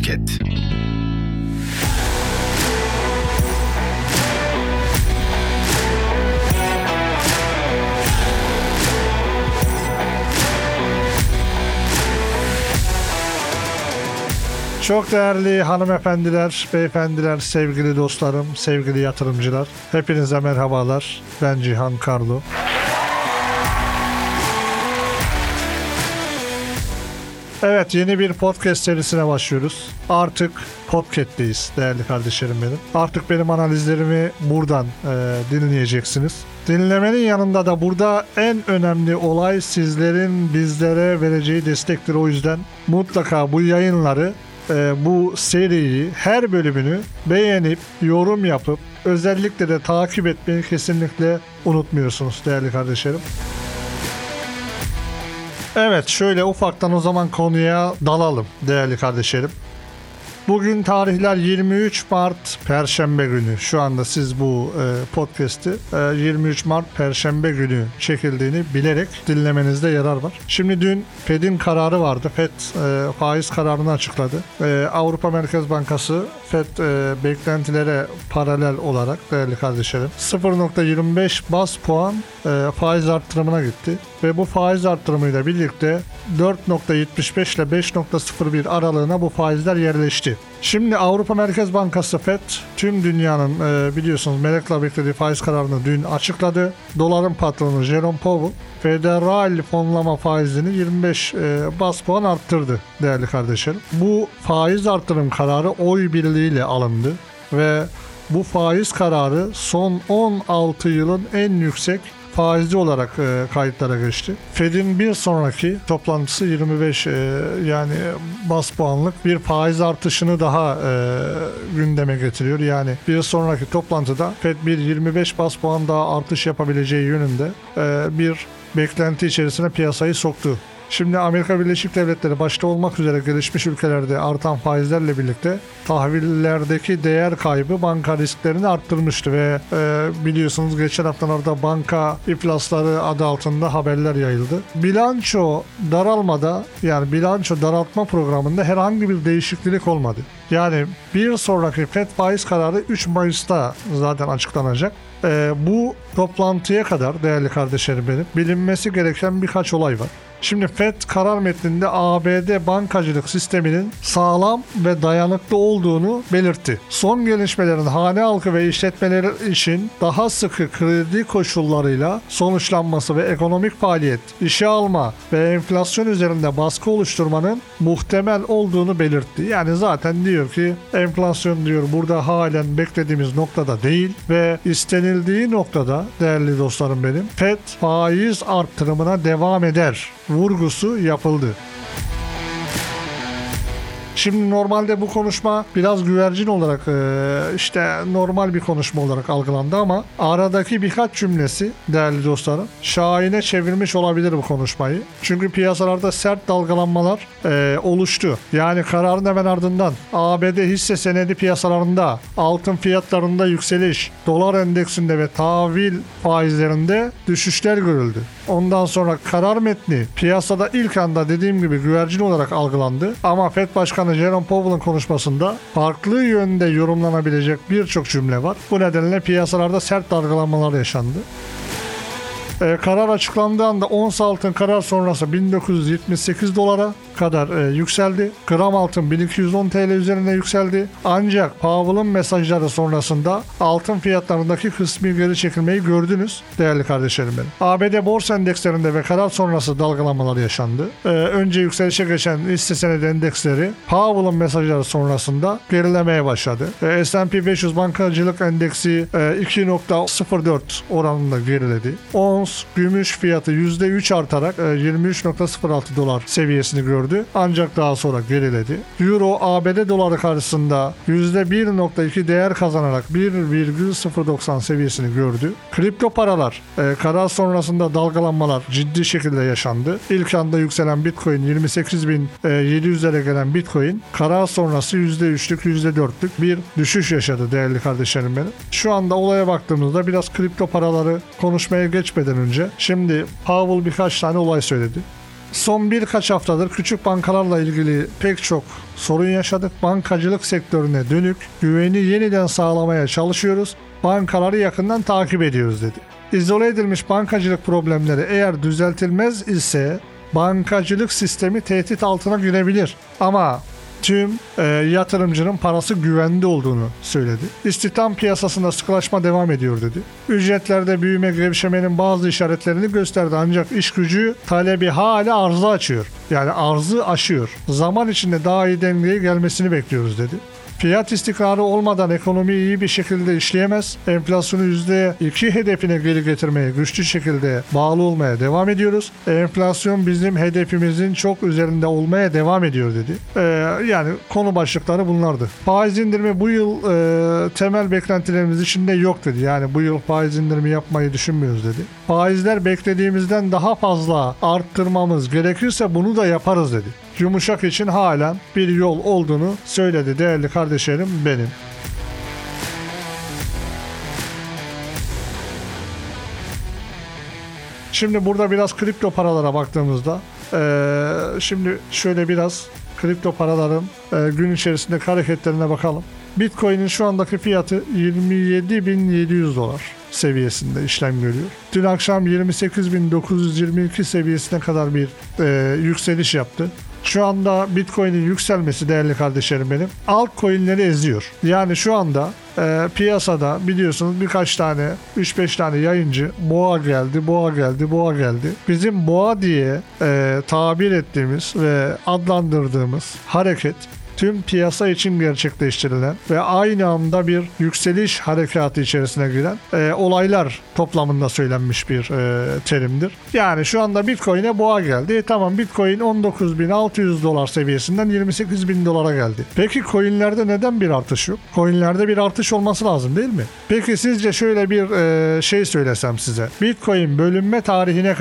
Podcast. Çok değerli hanımefendiler, beyefendiler, sevgili dostlarım, sevgili yatırımcılar. Hepinize merhabalar. Ben Cihan Karlu. Evet, yeni bir podcast serisine başlıyoruz. Artık Podcast'teyiz değerli kardeşlerim benim. Artık benim analizlerimi buradan dinleyeceksiniz. Dinlemenin yanında da burada en önemli olay sizlerin bizlere vereceği destektir. O yüzden mutlaka bu yayınları, bu seriyi, her bölümünü beğenip, yorum yapıp, özellikle de takip etmeyi kesinlikle unutmuyorsunuz değerli kardeşlerim. Evet, şöyle ufaktan o zaman konuya dalalım değerli kardeşlerim. Bugün tarihler 23 Mart Perşembe günü. Şu anda siz bu podcast'i 23 Mart Perşembe günü çekildiğini bilerek dinlemenizde yarar var. Şimdi dün Fed'in kararı vardı. Fed faiz kararını açıkladı. Avrupa Merkez Bankası Fed beklentilere paralel olarak değerli kardeşlerim 0.25 bas puan faiz arttırımına gitti. Ve bu faiz arttırımıyla birlikte 4.75 ile 5.01 aralığına bu faizler yerleşti. Şimdi Avrupa Merkez Bankası Fed tüm dünyanın biliyorsunuz merakla beklediği faiz kararını dün açıkladı. Doların patronu Jerome Powell federal fonlama faizini 25 bas puan arttırdı değerli kardeşlerim. Bu faiz arttırım kararı oy birliğiyle alındı ve bu faiz kararı son 16 yılın en yüksek faizli olarak kayıtlara geçti. Fed'in bir sonraki toplantısı 25 yani bas puanlık bir faiz artışını daha gündeme getiriyor. Yani bir sonraki toplantıda Fed bir 25 bas puan daha artış yapabileceği yönünde bir beklenti içerisine piyasayı soktu. Şimdi Amerika Birleşik Devletleri başta olmak üzere gelişmiş ülkelerde artan faizlerle birlikte tahvillerdeki değer kaybı banka risklerini arttırmıştı ve biliyorsunuz geçen haftalarda banka iflasları adı altında haberler yayıldı. Bilanço daralmada, yani bilanço daraltma programında herhangi bir değişiklik olmadı. Yani bir sonraki Fed faiz kararı 3 Mayıs'ta zaten açıklanacak. Bu toplantıya kadar değerli kardeşlerim benim bilinmesi gereken birkaç olay var. Şimdi Fed karar metninde ABD bankacılık sisteminin sağlam ve dayanıklı olduğunu belirtti. Son gelişmelerin hane halkı ve işletmeler için daha sıkı kredi koşullarıyla sonuçlanması ve ekonomik faaliyet, işe alma ve enflasyon üzerinde baskı oluşturmanın muhtemel olduğunu belirtti. Yani zaten diyor ki enflasyon diyor burada halen beklediğimiz noktada değil ve istenildiği noktada değerli dostlarım benim Fed faiz arttırımına devam eder vurgusu yapıldı. Şimdi normalde bu konuşma biraz güvercin olarak işte normal bir konuşma olarak algılandı ama aradaki birkaç cümlesi değerli dostlarım şahine çevirmiş olabilir bu konuşmayı. Çünkü piyasalarda sert dalgalanmalar oluştu. Yani kararın hemen ardından ABD hisse senedi piyasalarında, altın fiyatlarında yükseliş, dolar endeksinde ve tahvil faizlerinde düşüşler görüldü. Ondan sonra karar metni piyasada ilk anda dediğim gibi güvercin olarak algılandı ama Fed Başkanı Jerome Powell'ın konuşmasında farklı yönde yorumlanabilecek birçok cümle var. Bu nedenle piyasalarda sert dalgalanmalar yaşandı. Karar açıklandığı anda ons altın karar sonrası 1978 dolara kadar yükseldi. Gram altın 1210 TL üzerine yükseldi. Ancak Powell'ın mesajları sonrasında altın fiyatlarındaki kısmi geri çekilmeyi gördünüz değerli kardeşlerim benim. ABD borsa endekslerinde ve karar sonrası dalgalanmalar yaşandı. Önce yükselişe geçen hisse senedi endeksleri Powell'ın mesajları sonrasında gerilemeye başladı. S&P 500 bankacılık endeksi 2.04 oranında geriledi. Ons gümüş fiyatı %3 artarak 23.06 dolar seviyesini gördü. Ancak daha sonra geriledi. Euro ABD doları karşısında %1.2 değer kazanarak 1,090 seviyesini gördü. Kripto paralar karar sonrasında dalgalanmalar ciddi şekilde yaşandı. İlk anda yükselen Bitcoin 28.700'lere gelen Bitcoin karar sonrası %3'lük %4'lük bir düşüş yaşadı değerli kardeşlerim benim. Şu anda olaya baktığımızda biraz kripto paraları konuşmaya geçmeden önce şimdi Powell birkaç tane olay söyledi. Son birkaç haftadır küçük bankalarla ilgili pek çok sorun yaşadık. Bankacılık sektörüne dönük güveni yeniden sağlamaya çalışıyoruz. Bankaları yakından takip ediyoruz dedi. İzole edilmiş bankacılık problemleri eğer düzeltilmez ise bankacılık sistemi tehdit altına girebilir. Ama tüm yatırımcının parası güvende olduğunu söyledi. İstihdam piyasasında sıkılaşma devam ediyor dedi. Ücretlerde büyüme gevşemenin bazı işaretlerini gösterdi ancak iş gücü talebi hala arzı açıyor. Yani arzı aşıyor. Zaman içinde daha iyi dengeye gelmesini bekliyoruz dedi. Fiyat istikrarı olmadan ekonomi iyi bir şekilde işleyemez. Enflasyonu %2 hedefine geri getirmeye güçlü şekilde bağlı olmaya devam ediyoruz. Enflasyon bizim hedefimizin çok üzerinde olmaya devam ediyor dedi. Yani konu başlıkları bunlardı. Faiz indirimi bu yıl temel beklentilerimiz içinde yok dedi. Yani bu yıl faiz indirimi yapmayı düşünmüyoruz dedi. Faizler beklediğimizden daha fazla arttırmamız gerekirse bunu da yaparız dedi. Yumuşak için halen bir yol olduğunu söyledi değerli kardeşlerim benim. Şimdi burada biraz kripto paralara baktığımızda şimdi şöyle biraz kripto paraların gün içerisindeki hareketlerine bakalım. Bitcoin'in şu andaki fiyatı $27.700 seviyesinde işlem görüyor. Dün akşam 28.922 seviyesine kadar bir yükseliş yaptı. Şu anda Bitcoin'in yükselmesi değerli kardeşlerim benim altcoin'leri eziyor. Yani şu anda piyasada biliyorsunuz birkaç tane 3-5 tane yayıncı boğa geldi. Bizim boğa diye tabir ettiğimiz ve adlandırdığımız hareket tüm piyasa için gerçekleştirilen ve aynı anda bir yükseliş harekatı içerisine giren olaylar toplamında söylenmiş bir terimdir. Yani şu anda Bitcoin'e boğa geldi. Tamam, Bitcoin $19.600 seviyesinden $28.000 geldi. Peki coinlerde neden bir artış yok? Coinlerde bir artış olması lazım değil mi? Peki sizce şöyle bir şey söylesem size. Bitcoin'in bölünme tarihine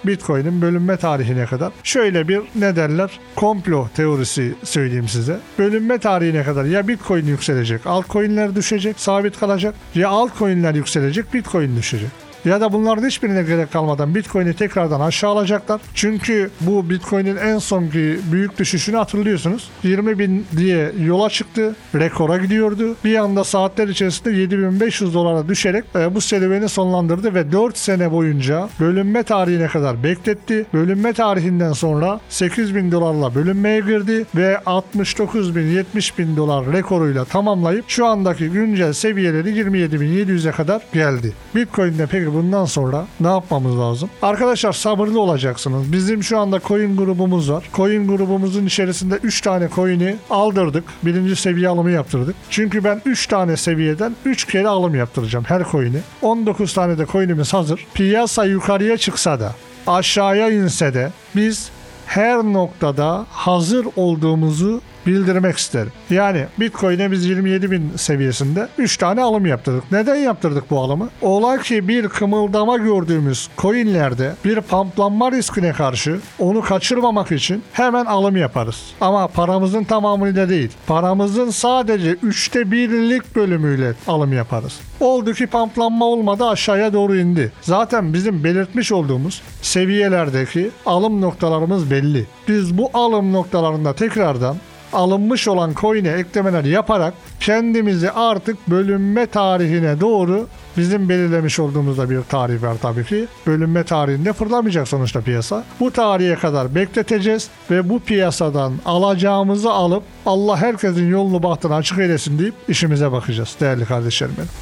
kadar şöyle bir ne derler? Komplo teorisi söyleyeyim size. Bölünme tarihine kadar ya Bitcoin yükselecek, altcoin'ler düşecek, sabit kalacak, ya altcoin'ler yükselecek, Bitcoin düşecek. Ya da bunların hiçbirine gerek kalmadan Bitcoin'i tekrardan aşağı alacaklar. Çünkü bu Bitcoin'in en sonki büyük düşüşünü hatırlıyorsunuz. 20.000 diye yola çıktı. Rekora gidiyordu. Bir anda saatler içerisinde $7.500 düşerek bu serüveni sonlandırdı ve 4 sene boyunca bölünme tarihine kadar bekletti. Bölünme tarihinden sonra $8.000'la bölünmeye girdi ve $69.000-$70.000 rekoruyla tamamlayıp şu andaki güncel seviyeleri 27.700'e kadar geldi. Bitcoin'de peki bundan sonra ne yapmamız lazım? Arkadaşlar sabırlı olacaksınız. Bizim şu anda coin grubumuz var. Coin grubumuzun içerisinde 3 tane coin'i aldırdık. Birinci seviye alımı yaptırdık. Çünkü ben 3 tane seviyeden 3 kere alım yaptıracağım her coin'i. 19 tane de coin'imiz hazır. Piyasa yukarıya çıksa da aşağıya inse de biz her noktada hazır olduğumuzu bildirmek isterim. Yani Bitcoin'e biz 27.000 seviyesinde 3 tane alım yaptırdık. Neden yaptırdık bu alımı? Ola ki bir kımıldama gördüğümüz coinlerde bir pamplanma riskine karşı onu kaçırmamak için hemen alım yaparız. Ama paramızın tamamıyla değil. Paramızın sadece 1/3'lik bölümüyle alım yaparız. Oldu ki pamplanma olmadı, aşağıya doğru indi. Zaten bizim belirtmiş olduğumuz seviyelerdeki alım noktalarımız belli. Biz bu alım noktalarında tekrardan alınmış olan coin'e eklemeler yaparak kendimizi artık bölünme tarihine doğru, bizim belirlemiş olduğumuzda bir tarih var tabii ki. Bölünme tarihinde fırlamayacak sonuçta piyasa. Bu tarihe kadar bekleteceğiz ve bu piyasadan alacağımızı alıp Allah herkesin yolunu bahtını açık eylesin deyip işimize bakacağız değerli kardeşlerim benim.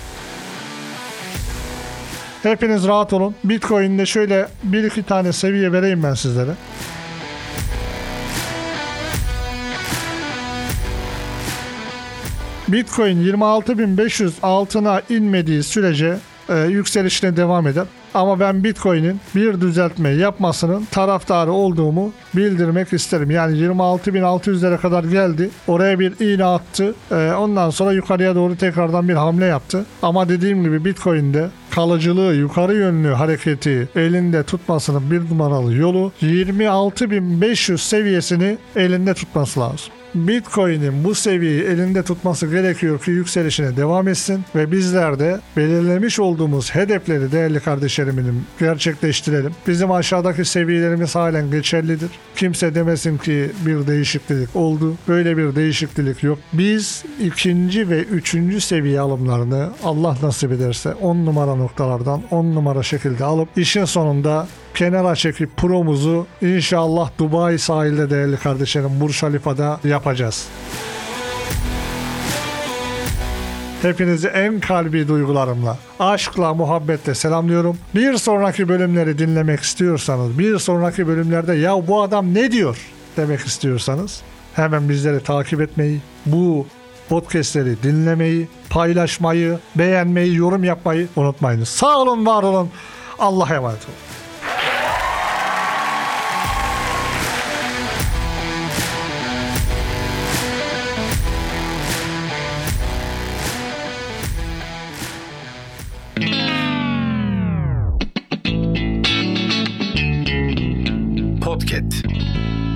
Hepiniz rahat olun. Bitcoin'de şöyle 1-2 tane seviye vereyim ben sizlere. Bitcoin 26.500 altına inmediği sürece yükselişine devam eder. Ama ben Bitcoin'in bir düzeltme yapmasının taraftarı olduğumu bildirmek isterim. Yani 26.600'lere kadar geldi. Oraya bir iğne attı. Ondan sonra yukarıya doğru tekrardan bir hamle yaptı. Ama dediğim gibi Bitcoin'de kalıcılığı, yukarı yönlü hareketi elinde tutmasının bir numaralı yolu 26.500 seviyesini elinde tutması lazım. Bitcoin'in bu seviyeyi elinde tutması gerekiyor ki yükselişine devam etsin ve bizler de belirlemiş olduğumuz hedefleri değerli kardeşlerim gerçekleştirelim. Bizim aşağıdaki seviyelerimiz halen geçerlidir. Kimse demesin ki bir değişiklik oldu. Böyle bir değişiklik yok. Biz ikinci ve üçüncü seviye alımlarını Allah nasip ederse 10 numara noktalardan 10 numara şekilde alıp işin sonunda kenara çekip promuzu inşallah Dubai sahilde değerli kardeşlerim Burj Khalifa'da yapacağız. Hepinizi en kalbi duygularımla, aşkla, muhabbetle selamlıyorum. Bir sonraki bölümleri dinlemek istiyorsanız, bir sonraki bölümlerde ya bu adam ne diyor demek istiyorsanız hemen bizleri takip etmeyi, bu podcastleri dinlemeyi, paylaşmayı, beğenmeyi, yorum yapmayı unutmayınız. Sağ olun, var olun. Allah'a emanet olun. Podcast.